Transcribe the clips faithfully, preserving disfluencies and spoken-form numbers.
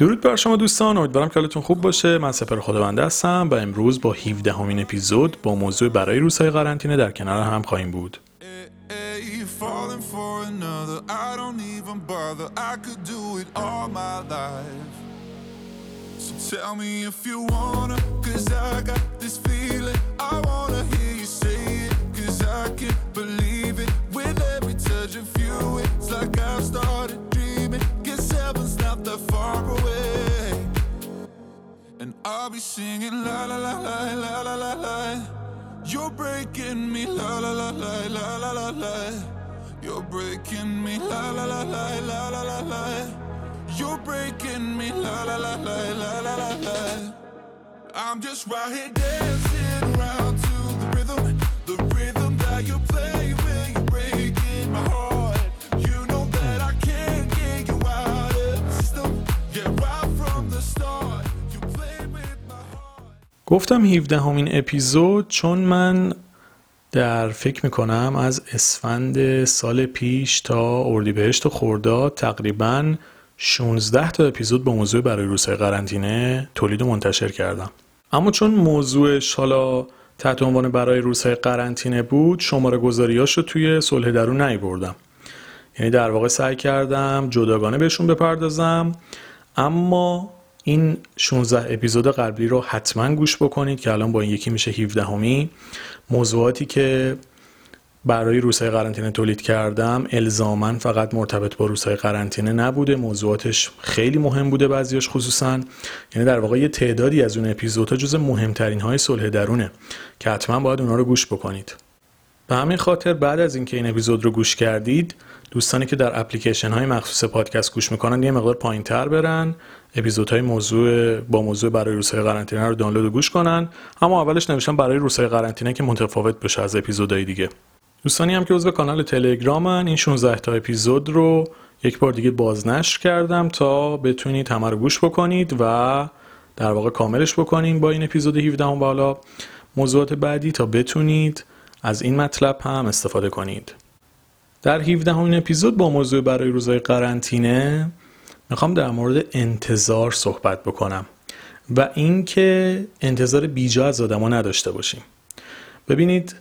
درود بر شما دوستان، امیدوارم که حالتون خوب باشه. من سپر خداونده هستم و امروز با هفدهمین اپیزود با موضوع برای روزهای قرنطینه در کنار هم خواهیم بود. And I'll be singing la la la la la la la la. You're breaking me la la la la la la la la. You're breaking me la la la la la la la la. You're breaking me la la la la la la la la. I'm just right here dancing around to the rhythm, the rhythm that you play when you're breaking my heart. You know that I can't get you out of the system. Yeah, right from the start. گفتم هفدهمین اپیزود چون من در فکر میکنم از اسفند سال پیش تا اردیبهشت و خرداد تقریباً شانزده تا اپیزود با موضوع برای روزهای قرنطینه تولید و منتشر کردم. اما چون موضوعش حالا تحت عنوان برای روزهای قرنطینه بود، شماره گذاریاش رو توی صلح درون نیاوردم. یعنی در واقع سعی کردم جداگانه بهشون بپردازم، اما این شانزده اپیزود قبلی رو حتما گوش بکنید که الان با این یکی میشه هفدهمی. موضوعاتی که برای روزهای قرنطینه تولید کردم الزاماً فقط مرتبط با روزهای قرنطینه نبوده، موضوعاتش خیلی مهم بوده، بعضیاش خصوصاً. یعنی در واقع یه تعدادی از اون اپیزودها جز مهمترین های صلح درونه که حتما باید اونا رو گوش بکنید. به همین خاطر بعد از اینکه این اپیزود رو گوش کردید، دوستانی که در اپلیکیشن های مخصوص پادکست گوش میکنن یه مقدار پایین‌تر برن، اپیزودهای موضوع با موضوع برای روزهای قرنطینه رو دانلود و گوش کنن. اما اولش نوشتم برای روزهای قرنطینه که متفاوت بشه از اپیزودهای دیگه. دوستانی هم که عضو کانال تلگرامن، این شانزده تا اپیزود رو یک بار دیگه بازنشر کردم تا بتونید همه رو گوش بکنید و در واقع کاملش بکنین با این اپیزود هفدهم و حالا موضوعات بعدی تا بتونید از این مطلب هم استفاده کنید. در هفدهمین اپیزود با موضوع برای روزهای قرنطینه میخوام در مورد انتظار صحبت بکنم و اینکه انتظار بیجا از آدما نداشته باشیم. ببینید،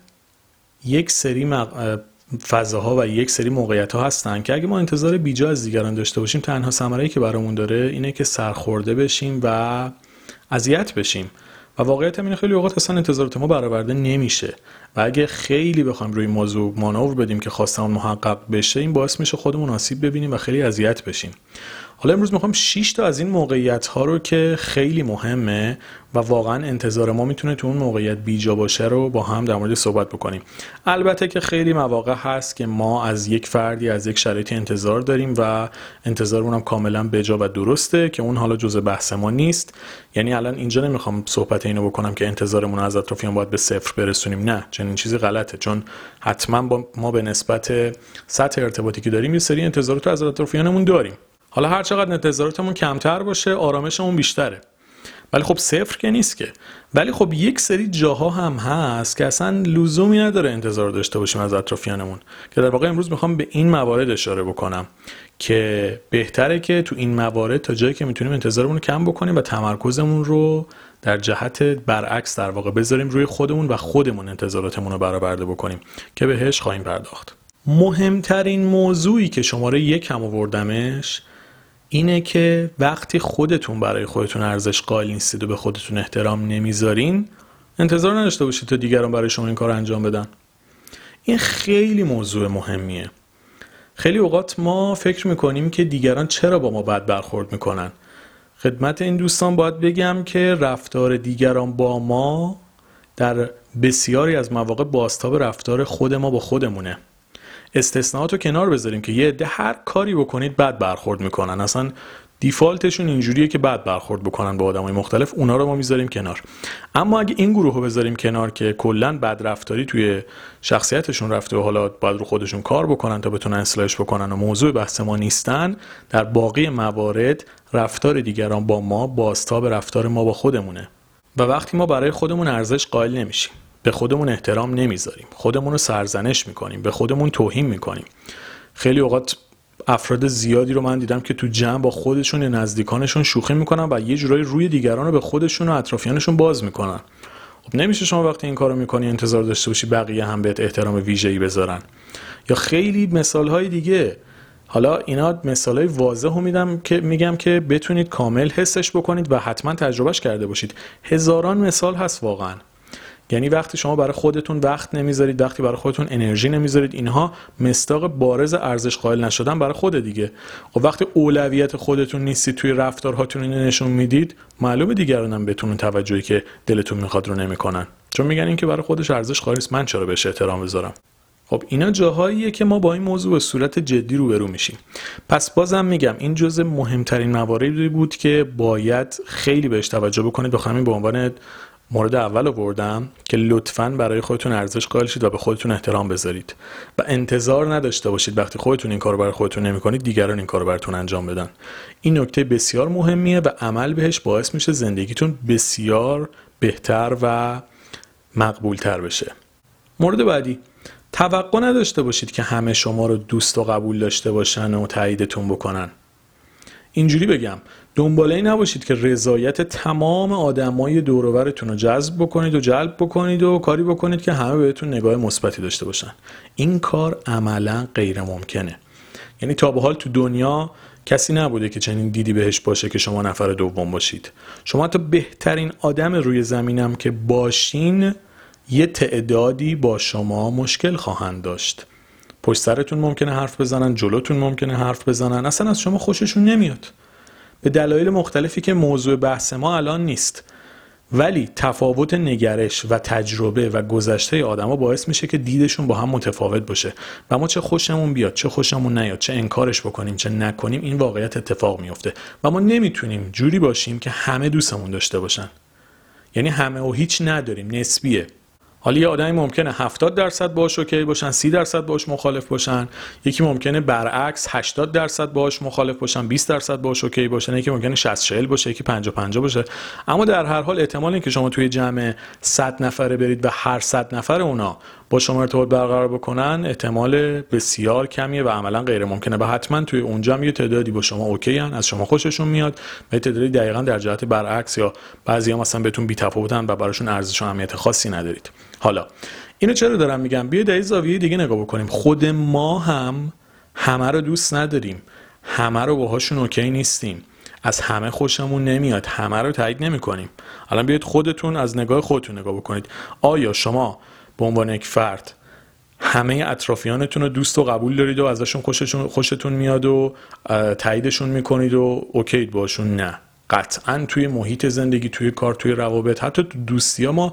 یک سری مق... فضاها و یک سری موقعیت‌ها هستن که اگه ما انتظار بیجا از دیگران داشته باشیم، تنها ثمره‌ای که برامون داره اینه که سرخورده بشیم و اذیت بشیم. و واقعیت اینه خیلی اوقات اصلا انتظارات ما برآورده نمیشه و اگه خیلی بخوایم روی موضوع مانور بدیم که خواستمون محقق بشه، این باعث میشه خودمون آسیب ببینیم و خیلی اذیت بشیم. حالا امروز میخوام شش تا از این موقعیت ها رو که خیلی مهمه و واقعا انتظار ما میتونه تو اون موقعیت بیجا باشه رو با هم در مورد صحبت بکنیم. البته که خیلی مواقع هست که ما از یک فردی از یک شرایطی انتظار داریم و انتظارمون هم کاملا بجا و درسته که اون حالا جزء بحث ما نیست. یعنی الان اینجا نمیخوام صحبت اینو بکنم که انتظارمون از اطرافیان باید به صفر برسونیم، نه، چنین چیزی غلطه، چون حتما با ما به نسبت سطح ارتباطی که داریم یه سری انتظارات از اطرافیانمون داریم. حالا هر چقدر انتظاراتمون کمتر باشه آرامشمون بیشتره، ولی خب صفر که نیست که. ولی خب یک سری جاها هم هست که اصلا لزومی نداره انتظار داشته باشیم از اطرافیانمون، که در واقع امروز میخوام به این موارد اشاره بکنم که بهتره که تو این موارد تا جایی که میتونیم انتظارمون رو کم بکنیم و تمرکزمون رو در جهت برعکس در واقع بذاریم روی خودمون و خودمون انتظاراتمون رو برآورده بکنیم که بهش خواهیم پرداخت. مهمترین موضوعی که شماره یک هم آوردمش اینه که وقتی خودتون برای خودتون ارزش قائل نیستید و به خودتون احترام نمیذارین، انتظار نداشته باشید تا دیگران برای شما این کار انجام بدن. این خیلی موضوع مهمیه. خیلی اوقات ما فکر میکنیم که دیگران چرا با ما بد برخورد میکنن. خدمت این دوستان باید بگم که رفتار دیگران با ما در بسیاری از مواقع بازتاب رفتار خود ما با خودمونه. استثناءات رو کنار بذاریم که یه عده هر کاری بکنید بد برخورد میکنن، اصلا دیفالتشون اینجوریه که بد برخورد بکنن با آدمای مختلف، اونا رو ما میذاریم کنار. اما اگه این گروه رو بذاریم کنار که کلا بد رفتاری توی شخصیتشون رفته و حالا باید رو خودشون کار بکنن تا بتونن اصلاحش بکنن و موضوع بحث ما نیستن، در باقی موارد رفتار دیگران با ما بازتاب رفتار ما با خودمونه. و وقتی ما برای خودمون ارزش قائل نمیشیم، به خودمون احترام نمیذاریم، خودمون رو سرزنش میکنیم، به خودمون توهین میکنیم، خیلی اوقات افراد زیادی رو من دیدم که تو جمع با خودشون یا نزدیکانشون شوخی میکنن و یه جورایی روی دیگران رو به خودشون و اطرافیانشون باز میکنن. خب نمیشه شما وقتی این کارو میکنی انتظار داشته باشی بقیه هم بهت احترام ویژه‌ای بذارن. یا خیلی مثالهای دیگه. حالا اینا مثالای واضحو میدم که میگم که بتونید کامل حسش بکنید و حتما تجربهش کرده باشید. هزاران مثال هست واقعا. یعنی وقتی شما برای خودتون وقت نمیذارید، وقتی برای خودتون انرژی نمیذارید، اینها مصداق بارز ارزش قائل نشدن برای خود دیگه. و وقتی اولویت خودتون نیستید توی رفتارهاتون اینو نشون میدید، معلومه دیگران هم بهتون توجهی که دلتون میخواد رو نمیکنن. چون میگن این که برای خودش ارزش قائل است، من چرا بهش احترام بذارم؟ خب اینا جاهاییه که ما با این موضوع به صورت جدی روبرو میشیم. پس بازم میگم این جزء مهمترین مواردی بود که باید خیلی بهش توجه بکنید. بخوام این به عنوان مورد اول آوردم که لطفاً برای خودتون ارزش قائل شید و به خودتون احترام بذارید و انتظار نداشته باشید وقتی خودتون این کارو برای خودتون نمی‌کنید دیگران این کارو براتون انجام بدن. این نکته بسیار مهمیه و عمل بهش باعث میشه زندگیتون بسیار بهتر و مقبولتر بشه. مورد بعدی، توقع نداشته باشید که همه شما رو دوست و قبول داشته باشن و تاییدتون بکنن. اینجوری بگم، دنباله ای نباشید که رضایت تمام آدمای دور و برتون رو جذب بکنید و جلب بکنید و کاری بکنید که همه بهتون نگاه مثبتی داشته باشن. این کار عملاً غیر ممکنه. یعنی تا به حال تو دنیا کسی نبوده که چنین دیدی بهش باشه که شما نفر دوم باشید. شما تا بهترین آدم روی زمینم که باشین، یه تعدادی با شما مشکل خواهند داشت. پشت سرتون ممکنه حرف بزنن، جلوتون ممکنه حرف بزنن، اصلا از شما خوششون نمیاد به دلایل مختلفی که موضوع بحث ما الان نیست. ولی تفاوت نگرش و تجربه و گذشته آدما باعث میشه که دیدشون با هم متفاوت باشه و ما چه خوشمون بیاد چه خوشمون نیاد، چه انکارش بکنیم چه نکنیم، این واقعیت اتفاق میفته و ما نمیتونیم جوری باشیم که همه دوستمون داشته باشن. یعنی همه و هیچ نداریم، نسبیه. حالا یه آدمی ممکنه هفتاد درصد باهاش اوکی باشن، سی درصد باهاش مخالف باشن، یکی ممکنه برعکس هشتاد درصد باهاش مخالف باشن، بیست درصد باهاش اوکی باشن، یکی ممکنه شصت چهل باشه، یکی پنجاه پنجاه باشه. اما در هر حال احتمال اینکه شما توی جمع صد نفره برید و هر صد نفر اونا با شما ارتباط برقرار بکنن احتمال بسیار کمیه و عملا غیر ممکنه و حتما توی اونجا هم یه تعدادی با شما اوکی ان، از شما خوششون میاد، و تعدادی دقیقاً در جهت برعکس یا بعضیا مثلا بهتون بی‌تفاوتن و براشون ارزش و اهمیت خاصی ندارید. حالا اینو چرا دارم میگم؟ بیاید از زاویه دیگه نگاه بکنیم. خود ما هم همه رو دوست نداریم، همه رو باهاشون اوکی نیستیم، از همه خوشمون نمیاد، همه رو تایید نمیکنیم. الان بیاید خودتون از نگاه خودتون نگاه بکنید. آیا شما به عنوان یک فرد همه اطرافیانتون رو دوست و قبول دارید و ازشون خوششون خوشتون میاد و تاییدشون میکنید و اوکی باشون؟ نه، قطعاً توی محیط زندگی، توی کار، توی روابط، حتی تو دوستی‌ها ما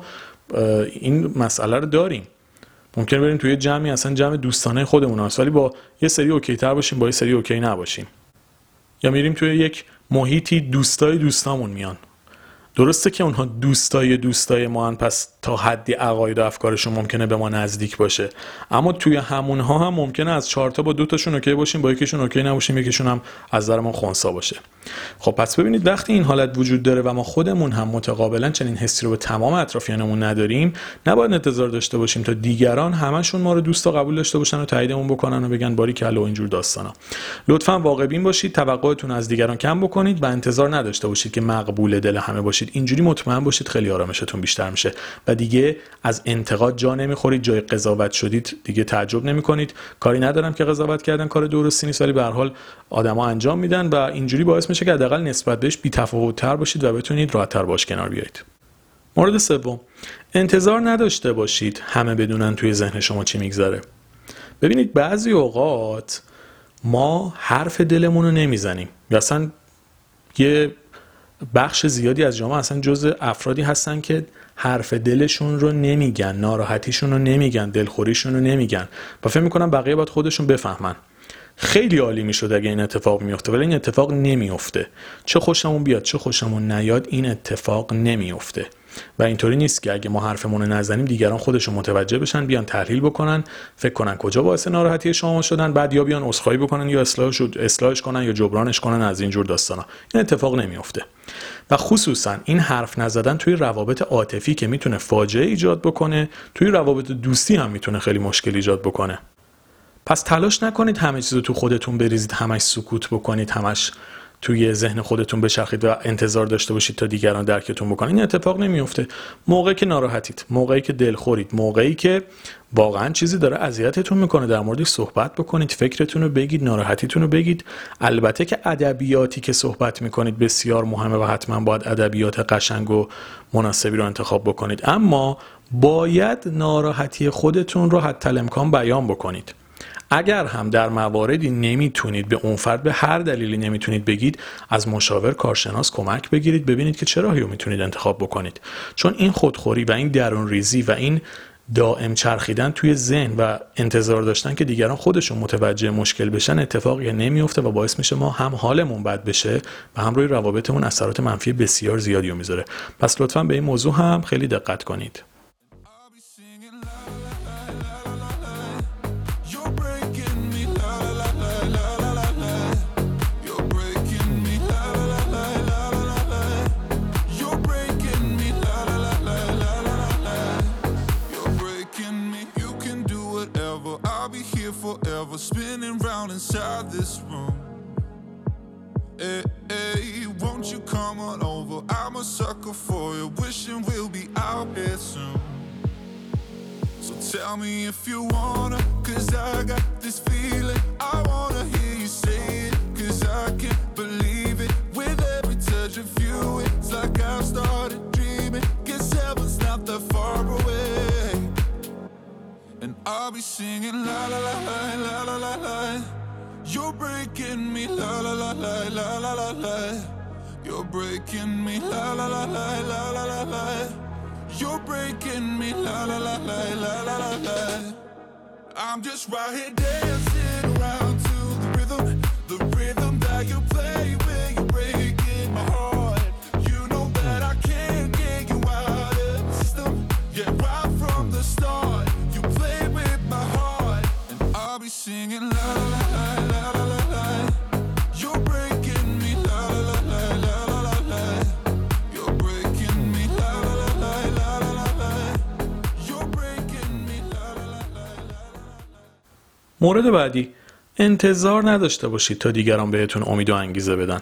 این مسئله رو داریم. ممکنه بریم توی جمعی اصلا جمع دوستانه خودمون هست ولی با یه سری اوکی تر باشیم، با یه سری اوکی نباشیم. یا میریم توی یک محیطی دوستای دوستامون میان. درسته که اونها دوستای دوستای ما هن، پس تا حدی عقاید و افکارشون ممکنه به ما نزدیک باشه، اما توی همونها هم ممکنه از چهار تا با دو تاشون اوکی باشیم، با یکیشون اوکی نباشیم، یکیشون هم از نظر ما خنثی باشه. خب پس ببینید وقتی این حالت وجود داره و ما خودمون هم متقابلا چنین حسی رو به تمام اطرافیانمون نداریم، نباید انتظار داشته باشیم تا دیگران همشون ما رو دوست و قبول داشته باشن و تاییدمون بکنن و بگن باریکلا و اینجور داستانا. لطفاً واقع بین باشید، توقعتون از دیگران کم بکنید و انتظار نداشته باشید که مقبول دل همه باشید. اینجوری مطمئن باشید خیلی آرامشتون بیشتر میشه و دیگه از انتقاد جا نمیخورید، جای قضاوت شدید دیگه تعجب نمیکنید. کاری ندارم که قضاوت کردن کار درستی نیست، ولی به هر حال آدما انجام میدن و اینجوری باعث میشه که حداقل نسبت بهش بی‌تفاوت‌تر باشید و بتونید راحت‌تر باش کنار بیایید. مورد سوم، انتظار نداشته باشید همه بدونن توی ذهن شما چی میگذره. ببینید بعضی اوقات ما حرف دلمون رو نمیزنیم یا اصلا یه بخش زیادی از جامعه اصلا جزء افرادی هستن که حرف دلشون رو نمیگن، ناراحتیشون رو نمیگن، دلخوریشون رو نمیگن و فکر میکنن بقیه باید خودشون بفهمن. خیلی عالی میشد اگه این اتفاق میفته، ولی این اتفاق نمیفته. چه خوشمون بیاد چه خوشمون نیاد این اتفاق نمیفته و اینطوری نیست که اگه ما حرفمون رو نزنیم دیگران خودشون متوجه بشن، بیان تحلیل بکنن، فکر کنن کجا باعث ناراحتی شما شدن، بعد یا بیان عذرخواهی بکنن یا اصلاحش اصلاحش کنن یا جبرانش کنن از این جور داستانا. این اتفاق نمیفته و خصوصا این حرف نزدن توی روابط عاطفی که میتونه فاجعه ایجاد بکنه، توی روابط دوستی هم میتونه خیلی مشکل ایجاد بکنه. پس تلاش نکنید همه چیزو تو خودتون بریزید، همش سکوت بکنید، همش توی ذهن خودتون بچرخید و انتظار داشته باشید تا دیگران درکتون بکنن. این اتفاق نمیفته. موقعی که ناراحتید، موقعی که دلخورید، موقعی که واقعا چیزی داره اذیتتون میکنه، در موردش صحبت بکنید، فکرتون رو بگید، ناراحتیتون رو بگید. البته که ادبیاتی که صحبت میکنید بسیار مهمه و حتما باید ادبیات قشنگ و مناسبی رو انتخاب بکنید، اما باید ناراحتی خودتون رو حتی الامکان بیان بکنید. اگر هم در مواردی نمیتونید به اون فرد به هر دلیلی نمیتونید بگید، از مشاور کارشناس کمک بگیرید، ببینید که چه راهی رو میتونید انتخاب بکنید. چون این خودخوری و این درون ریزی و این دائم چرخیدن توی ذهن و انتظار داشتن که دیگران خودشون متوجه مشکل بشن اتفاقی نمیفته و باعث میشه ما هم حالمون بد بشه و هم روی روابطمون اثرات منفی بسیار زیادی رو میذاره. پس لطفاً به این موضوع هم خیلی دقت کنید. Forever spinning round inside this room. Hey, hey, won't you come on over? I'm a sucker for you, wishing we'll be out here soon. So tell me if you wanna, cause I got this feeling. I wanna hear you say it, cause I can't believe it. With every touch of you, it's like I've started dreaming. Guess heaven's not that far away. And I'll be singing la la la la la la la la. You're breaking me la la la la la la la la. You're breaking me la la la la la la la la. You're breaking me la la la la la la la la. I'm just right here dancing around to the rhythm, the rhythm that you play when you're breaking my heart. You know that I can't get you out of the system. Yeah, right from the start. Singing la la la la la la la. You're breaking me la la la la la la la. You're breaking me la la la la la la la. You're breaking me la la la la la. مورد بعدی، انتظار نداشته باشید تا دیگران بهتون امید و انگیزه بدن.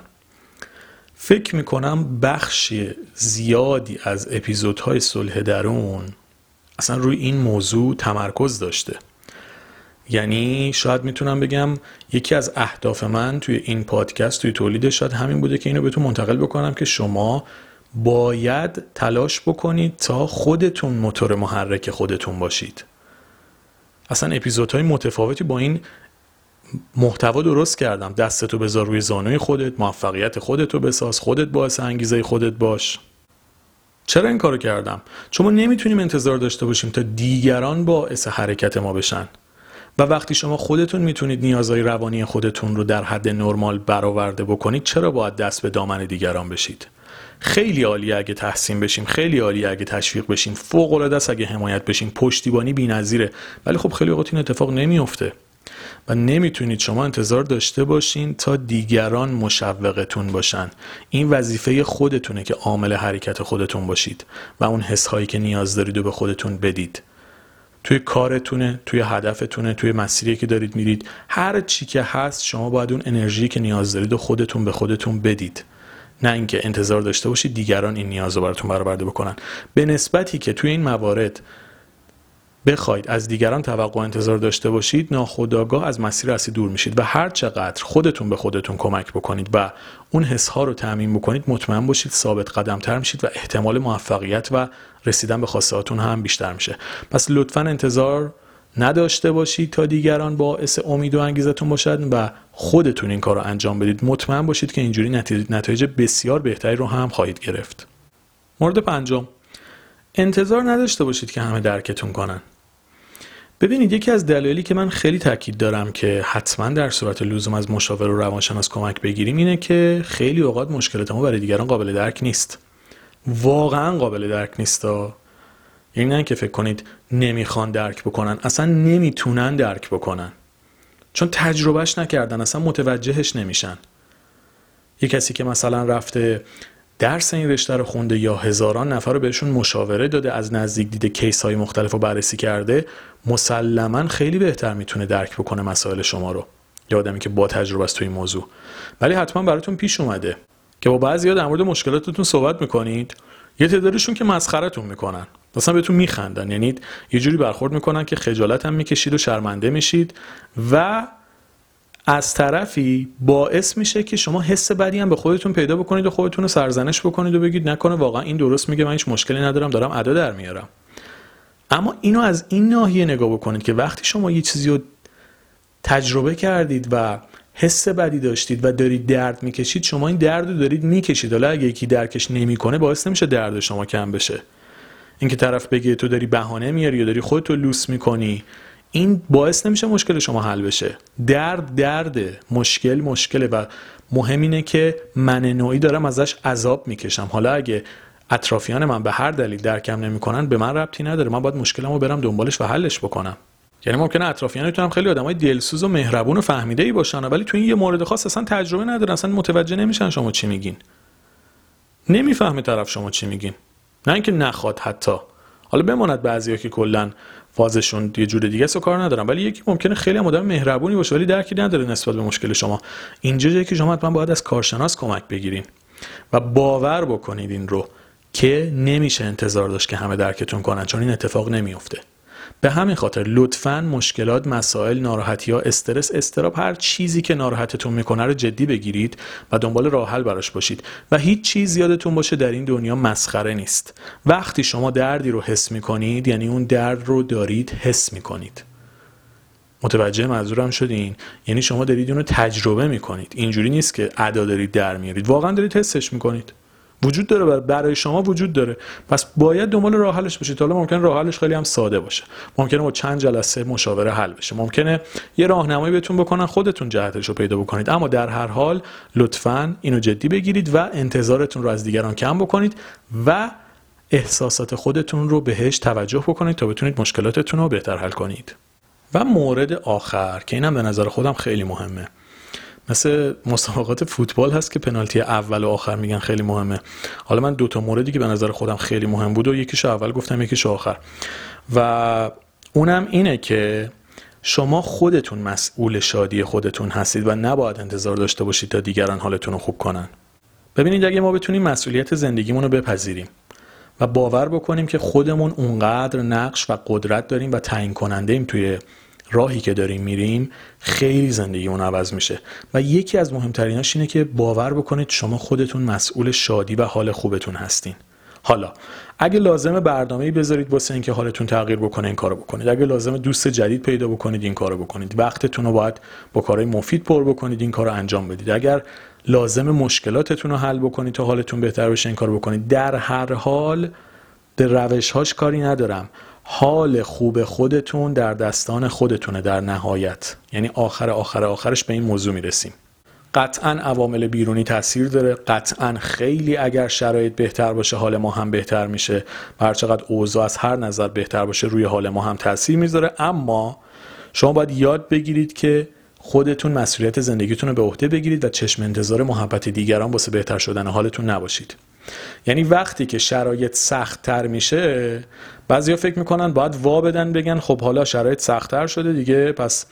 فکر میکنم بخش زیادی از اپیزودهای صلح درون اصلا روی این موضوع تمرکز داشته. یعنی شاید میتونم بگم یکی از اهداف من توی این پادکست، توی تولیدش، شاید همین بوده که اینو بهتون منتقل بکنم که شما باید تلاش بکنید تا خودتون موتور محرک خودتون باشید. اصلا اپیزودهای متفاوتی با این محتوا درست کردم. دستتو بذار روی زانوی خودت، موفقیت خودتو بساز، خودت باعث انگیزه خودت باش. چرا این کارو کردم؟ چون ما نمیتونیم انتظار داشته باشیم تا دیگران باعث حرکت ما بشن. و وقتی شما خودتون میتونید نیازهای روانی خودتون رو در حد نرمال برآورده بکنید، چرا باید دست به دامن دیگران بشید؟ خیلی عالیه اگه تحسین بشیم، خیلی عالیه اگه تشویق بشیم، فوق العاده است اگه حمایت بشیم، پشتیبانی بی‌نظیره، ولی خب خیلی وقت این اتفاق نمیفته و نمیتونید شما انتظار داشته باشین تا دیگران مشوقتون باشن. این وظیفه خودتونه که عامل حرکت خودتون باشید و اون حس‌هایی که نیاز دارید رو به خودتون بدید. توی کارتونه، توی هدفتونه، توی مسیری که دارید میرید، هر چی که هست شما باید اون انرژی که نیاز دارید و خودتون به خودتون بدید، نه اینکه انتظار داشته باشید دیگران این نیاز رو براتون برآورده بکنن. به نسبتی که توی این موارد بخواید از دیگران توقع انتظار داشته باشید، ناخودآگاه از مسیر اصلی دور میشید و هر چقدر خودتون به خودتون کمک بکنید و اون حس‌ها رو تامین بکنید، مطمئن باشید ثابت قدم‌تر میشید و احتمال موفقیت و رسیدن به خواسته هاتون هم بیشتر میشه. پس لطفاً انتظار نداشته باشید تا دیگران باعث امید و انگیزتون باشد و خودتون این کار رو انجام بدید. مطمئن باشید که اینجوری نتایج بسیار بهتری رو هم خواهید گرفت. مورد پنجم، انتظار نداشته باشید که همه درکتون کنن. ببینید، یکی از دلایلی که من خیلی تاکید دارم که حتما در صورت لزوم از مشاور و روانشناس کمک بگیریم اینه که خیلی اوقات مشکلات ما برای دیگران قابل درک نیست. واقعا قابل درک نیست. یعنی نه که فکر کنید نمیخوان درک بکنن، اصلا نمیتونن درک بکنن، چون تجربهش نکردن، اصلا متوجهش نمیشن. یک کسی که مثلا رفته درس این رشته رو خونده یا هزاران نفر رو بهشون مشاوره داده، از نزدیک دیده، کیس های مختلف رو بررسی کرده، مسلماً خیلی بهتر میتونه درک بکنه مسائل شما رو، یا آدمی که با تجربه است تو این موضوع. ولی حتما براتون پیش اومده که با بعضیا در مورد مشکلاتتون صحبت میکنید، یه تعدادشون که مسخره‌تون میکنن، مثلا بهتون میخندن، یعنی یه جوری برخورد میکنن که خجالت هم میکشید و شرمنده میشید و از طرفی باعث میشه که شما حس بدی هم به خودتون پیدا بکنید و خودتون رو سرزنش بکنید و بگید نکنه واقعا این درست میگه، من هیچ مشکلی ندارم، دارم ادا در میارم. اما اینو از این ناحیه نگاه بکنید که وقتی شما یه چیزی رو تجربه کردید و حس بدی داشتید و دارید درد میکشید، شما این درد رو دارید میکشید. حالا اگه یکی درکش نمیکنه باعث نمیشه درد شما کم بشه. اینکه طرف بگه تو داری بهانه میاری یا داری خودت رو لوس میکنی، این باعث نمیشه مشکل شما حل بشه. درد درده، مشکل مشکله و مهم اینه که من نوعی دارم ازش عذاب میکشم. حالا اگه اطرافیان من به هر دلیل درکم نمیکنن به من ربطی نداره، من باید مشکلمو برم دنبالش و حلش بکنم. یعنی ممکنه اطرافیانتون هم خیلی آدمای دلسوز و مهربون و فهمیده‌ای باشن ولی تو این یه مورد خاص اصلا تجربه ندارن، اصلا متوجه نمیشن شما چی میگین. نمیفهمه طرف شما چی میگین. نه اینکه نخواد حتی. حالا بماند بعضیا که کلا فازشون یه جور دیگه است و کار ندارن، ولی یکی ممکنه خیلی هم آدم مهربونی باشه ولی درکی نداره نسبت به مشکل شما. اینجا جایی که شما حتما باید از کارشناس کمک بگیرین و باور بکنید این رو که نمیشه انتظار داشت که همه درکتون کنن، چون این اتفاق نمیفته. به همین خاطر لطفاً مشکلات، مسائل، ناراحتی‌ها، استرس، اضطراب، هر چیزی که ناراحتتون میکنه رو جدی بگیرید و دنبال راه حل براش باشید و هیچ چیز یادتون باشه در این دنیا مسخره نیست. وقتی شما دردی رو حس میکنید یعنی اون درد رو دارید حس میکنید. متوجه منظورم شدین؟ یعنی شما دارید اون رو تجربه میکنید. اینجوری نیست که ادا دارید در میارید، واقعا دارید حسش میکنید. وجود داره، برای شما وجود داره، پس باید دنبال راه حلش باشید. حالا ممکنه راه حلش خیلی هم ساده باشه، ممکنه با چند جلسه مشاوره حل بشه، ممکنه یه راهنمایی بهتون بکنن خودتون جهتش رو پیدا بکنید، اما در هر حال لطفاً اینو جدی بگیرید و انتظارتون رو از دیگران کم بکنید و احساسات خودتون رو بهش توجه بکنید تا بتونید مشکلاتتون رو بهتر حل کنید. و مورد آخر که اینم به نظر خودم خیلی مهمه، مثل مسابقات فوتبال هست که پنالتی اول و آخر میگن خیلی مهمه. حالا من دو تا موردی که به نظر خودم خیلی مهم بود و یکیشو اول گفتم یکیشو آخر، و اونم اینه که شما خودتون مسئول شادی خودتون هستید و نباید انتظار داشته باشید تا دیگران حالتون رو خوب کنن. ببینید اگه ما بتونیم مسئولیت زندگیمون رو بپذیریم و باور بکنیم که خودمون اونقدر نقش و قدرت داریم و تعیین کننده ایم توی راهی که داریم میریم، خیلی زندگیمون عوض میشه. و یکی از مهمتریناش اینه که باور بکنید شما خودتون مسئول شادی و حال خوبتون هستین. حالا اگه لازمه برنامه‌ای بذارید واسه اینکه حالتون تغییر بکنه این کارو بکنید، اگه لازمه دوست جدید پیدا بکنید این کارو بکنید، وقتتون رو باید با کارهای مفید پر بکنید این کارو انجام بدید، اگر لازمه مشکلاتتون رو حل بکنید تا حالتون بهتر بشه این کارو بکنید. در هر حال به روش‌هاش کاری ندارم، حال خوب خودتون در دستان خودتونه در نهایت. یعنی آخر آخر آخرش به این موضوع میرسیم. قطعاً عوامل بیرونی تاثیر داره، قطعاً خیلی اگر شرایط بهتر باشه حال ما هم بهتر میشه، هر چقدر اوضاع از هر نظر بهتر باشه روی حال ما هم تاثیر میذاره، اما شما باید یاد بگیرید که خودتون مسئولیت زندگیتون رو به عهده بگیرید و چشم انتظار محبت دیگران واسه بهتر شدن حالتون نباشید. یعنی وقتی که شرایط سخت تر میشه بعضیا فکر میکنن باید وا بدن بگن خب حالا شرایط سخت تر شده دیگه پس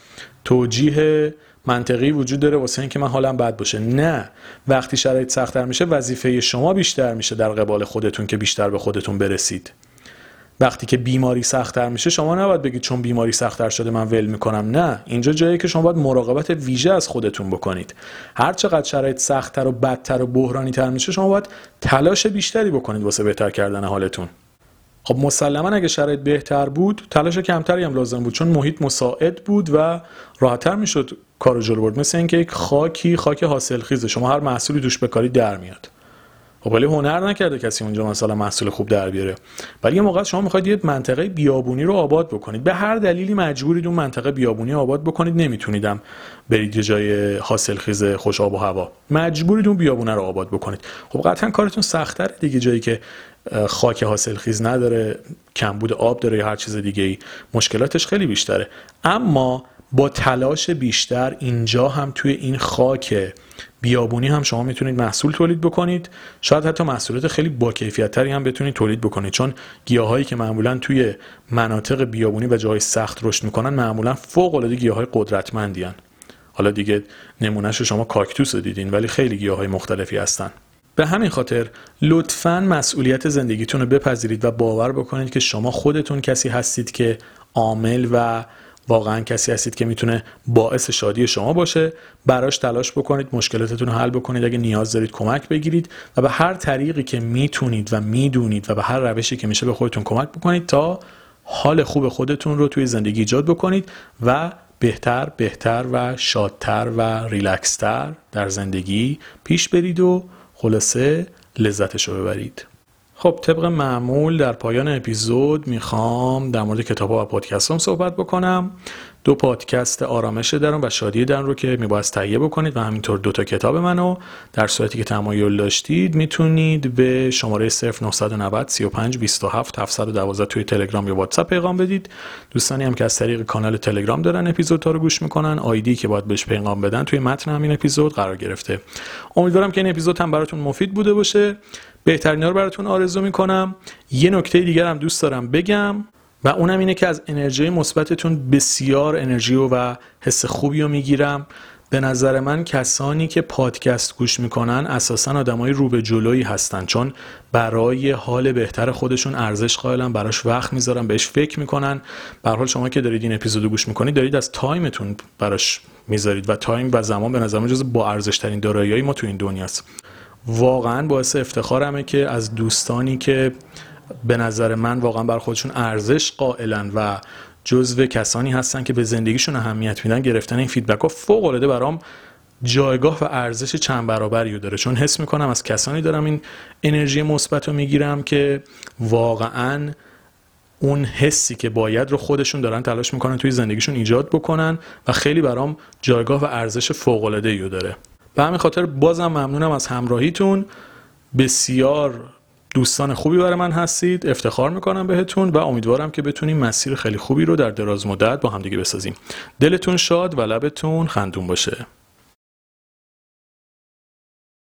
توجیه منطقی وجود داره واسه اینکه من حالم بد باشه. نه، وقتی شرایط سخت تر میشه وظیفه شما بیشتر میشه در قبال خودتون که بیشتر به خودتون برسید. وقتی که بیماری سخت‌تر میشه شما نباید بگید چون بیماری سخت‌تر شده من ول میکنم. نه، اینجا جاییه که شما باید مراقبت ویژه از خودتون بکنید. هر چقدر شرایط سخت‌تر و بدتر و بحرانی‌تر میشه شما باید تلاش بیشتری بکنید واسه بهتر کردن حالتون. خب مسلماً اگه شرایط بهتر بود تلاش کمتری هم لازم بود، چون محیط مساعد بود و راحت‌تر میشد کارو جلو برد. مثل اینکه یک خاکی خاک حاصلخیزه، شما هر محصولی توش بکاری در میاد. خب ولی هنر نکرده کسی اونجا مثلا محصول خوب در بیاره. ولی یه موقع شما میخواید یه منطقه بیابونی رو آباد بکنید، به هر دلیلی مجبورید اون منطقه بیابونی آباد بکنید، نمیتونیدم برید یه جای حاصلخیز خوش آب و هوا، مجبورید اون بیابونه رو آباد بکنید. خب قطعا کارتون سخت‌تره دیگه، جایی که خاک حاصلخیز نداره، کمبود آب داره یا هر چیز دیگه ای، مشکلاتش خیلی بیشتره. اما با تلاش بیشتر اینجا هم توی این خاک بیابونی هم شما میتونید محصول تولید بکنید. شاید حتی محصولات خیلی با کیفیت تری هم بتونید تولید بکنید، چون گیاهایی که معمولا توی مناطق بیابونی و جای سخت رشد میکنن معمولا فوق العاده گیاهای قدرتمندی هستند. حالا دیگه نمونهش رو شما کاکتوس رو دیدین، ولی خیلی گیاهای مختلفی هستن. به همین خاطر لطفاً مسئولیت زندگیتون رو بپذیرید و باور بکنید که شما خودتون کسی هستید که عامل و واقعاً کسی هستید که میتونه باعث شادی شما باشه. براش تلاش بکنید، مشکلاتتون رو حل بکنید، اگه نیاز دارید کمک بگیرید و به هر طریقی که میتونید و میدونید و به هر روشی که میشه به خودتون کمک بکنید تا حال خوب خودتون رو توی زندگی ایجاد بکنید و بهتر بهتر و شادتر و ریلکستر در زندگی پیش برید و خلاصه لذتش رو ببرید. خب طبق معمول در پایان اپیزود میخوام در مورد کتاب‌ها و پادکست‌هام صحبت بکنم. دو پادکست آرامش درون و شادی درون رو که میباید تهیه بکنید و همینطور دو تا کتاب منو در صورتی که تمایل داشتید میتونید به شماره صفر نه نه صفر سه پنج دو هفت هفت یک دو توی تلگرام یا واتساپ پیغام بدید. دوستانی هم که از طریق کانال تلگرام دارن اپیزودها رو گوش میکنن، آیدی که باید بهش پیغام بدن توی متن همین اپیزود قرار گرفته. امیدوارم که این اپیزود هم براتون مفید بوده باشه. بهترینا رو براتون آرزو میکنم. یه نکته دیگر هم دوست دارم بگم و اونم اینه که از انرژی مثبتتون بسیار انرژی و حس خوبی رو میگیرم. به نظر من کسانی که پادکست گوش میکنن اساساً آدمای رو به جلویی هستن، چون برای حال بهتر خودشون ارزش قائلن، براش وقت میذارن، بهش فکر میکنن. به هر حال شما که دارید این اپیزودو گوش میکنید دارید از تایمتون براش میذارید و تایم و زمان به نظر من جزو با ارزش ترین دارایی‌های ما تو این دنیاست. واقعاً باعث افتخارمه که از دوستانی که به نظر من واقعاً بر خودشون ارزش قائلن و جزو کسانی هستن که به زندگیشون اهمیت میدن، گرفتن این فیدبک‌ها فوق‌العاده برام جایگاه و ارزش چند برابری رو داره، چون حس میکنم از کسانی دارم این انرژی مثبت رو میگیرم که واقعاً اون حسی که باید رو خودشون دارن تلاش میکنن توی زندگیشون ایجاد بکنن و خیلی برام جایگاه و ارزش فوق‌العاده‌ای رو داره. به همین خاطر بازم ممنونم از همراهیتون. بسیار دوستان خوبی برای من هستید، افتخار میکنم بهتون و امیدوارم که بتونیم مسیر خیلی خوبی رو در دراز مدت با همدیگه بسازیم. دلتون شاد و لبتون خندون باشه.